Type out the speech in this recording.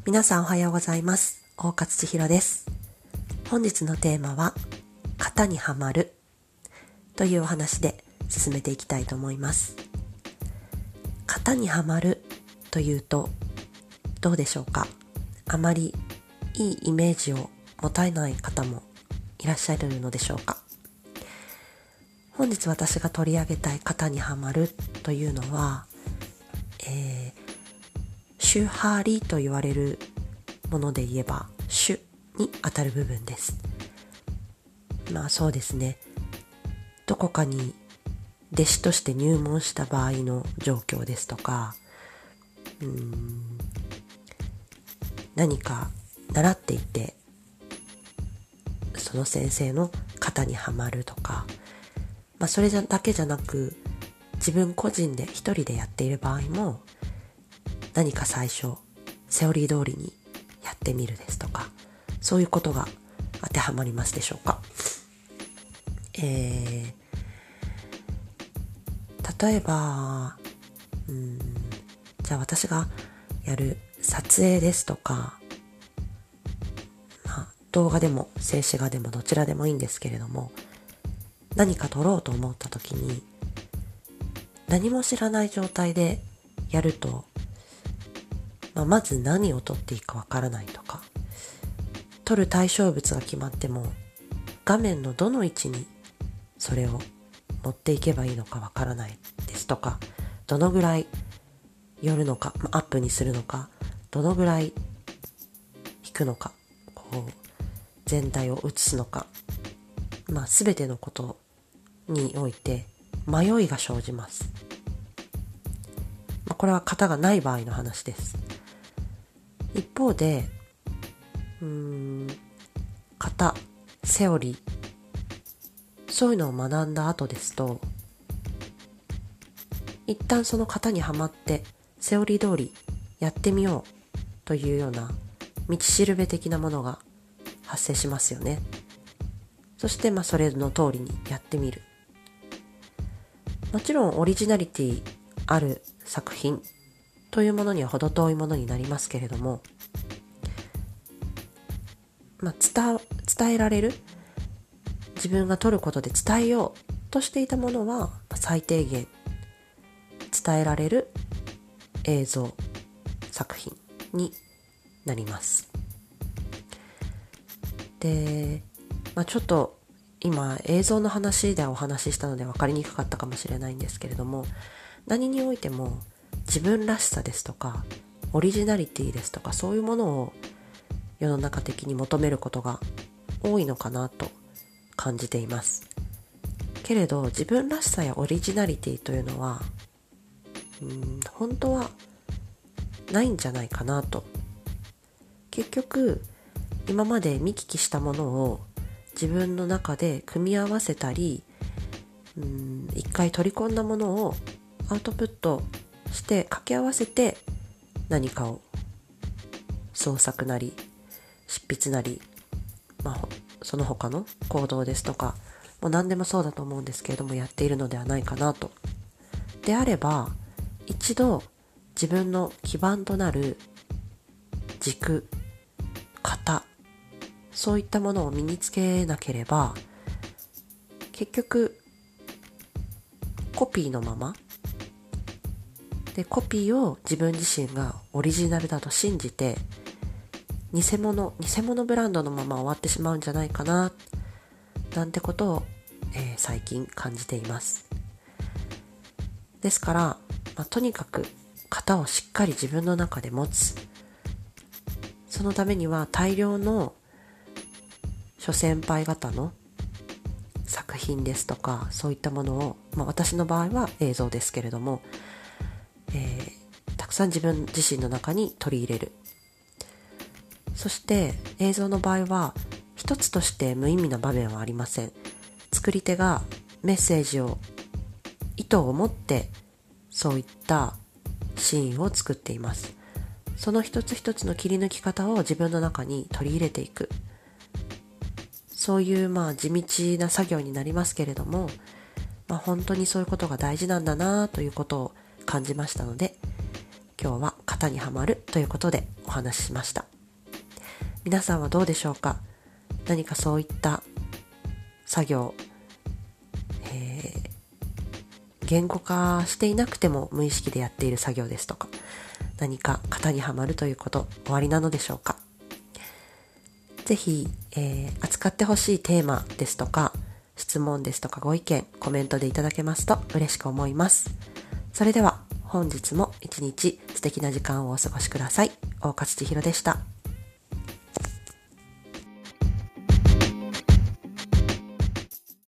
皆さんおはようございます。大勝千尋です。本日のテーマは型にはまるというお話で進めていきたいと思います。型にはまるというとどうでしょうか。あまりいいイメージを持たない方もいらっしゃるのでしょうか。本日私が取り上げたい型にはまるというのは、主張りと言われるもので言えば主に当たる部分です。そうですね。どこかに弟子として入門した場合の状況ですとか、何か習っていてその先生の型にはまるとか、それだけじゃなく自分個人で一人でやっている場合も何か最初セオリー通りにやってみるですとか、そういうことが当てはまりますでしょうか。例えばじゃあ私がやる撮影ですとか、動画でも静止画でもどちらでもいいんですけれども、何か撮ろうと思った時に何も知らない状態でやると、まず何を撮っていいかわからないとか、撮る対象物が決まっても画面のどの位置にそれを持っていけばいいのかわからないですとか、どのぐらい寄るのか、アップにするのか、どのぐらい引くのか、全体を映すのか、全てのことにおいて迷いが生じます。これは型がない場合の話です。一方で型、セオリー、そういうのを学んだ後ですと、一旦その型にはまってセオリー通りやってみようというような道しるべ的なものが発生しますよね。そしてそれの通りにやってみる。もちろんオリジナリティある作品というものには程遠いものになりますけれども、伝えられる、自分が撮ることで伝えようとしていたものは最低限伝えられる映像作品になります。で、ちょっと今映像の話でお話ししたので分かりにくかったかもしれないんですけれども、何においても自分らしさですとかオリジナリティですとか、そういうものを世の中的に求めることが多いのかなと感じています。けれど自分らしさやオリジナリティというのは本当はないんじゃないかなと。結局今まで見聞きしたものを自分の中で組み合わせたり、一回取り込んだものをアウトプットして掛け合わせて何かを創作なり執筆なり、その他の行動ですとか、もう何でもそうだと思うんですけれども、やっているのではないかなと。であれば一度自分の基盤となる軸、型、そういったものを身につけなければ、結局コピーのままで、コピーを自分自身がオリジナルだと信じて偽物ブランドのまま終わってしまうんじゃないかな、なんてことを、最近感じています。ですから、とにかく型をしっかり自分の中で持つ。そのためには大量の諸先輩方の作品ですとか、そういったものを、私の場合は映像ですけれども、たくさん自分自身の中に取り入れる。そして映像の場合は一つとして無意味な場面はありません。作り手がメッセージを、意図を持ってそういったシーンを作っています。その一つ一つの切り抜き方を自分の中に取り入れていく、そういう地道な作業になりますけれども、本当にそういうことが大事なんだなということを感じましたので、今日は型にはまるということでお話ししました。皆さんはどうでしょうか？何かそういった作業、言語化していなくても無意識でやっている作業ですとか、何か型にはまるということおありなのでしょうか？ぜひ、扱ってほしいテーマですとか質問ですとかご意見コメントでいただけますと嬉しく思います。それでは本日も一日素敵な時間をお過ごしください。大勝千尋でした。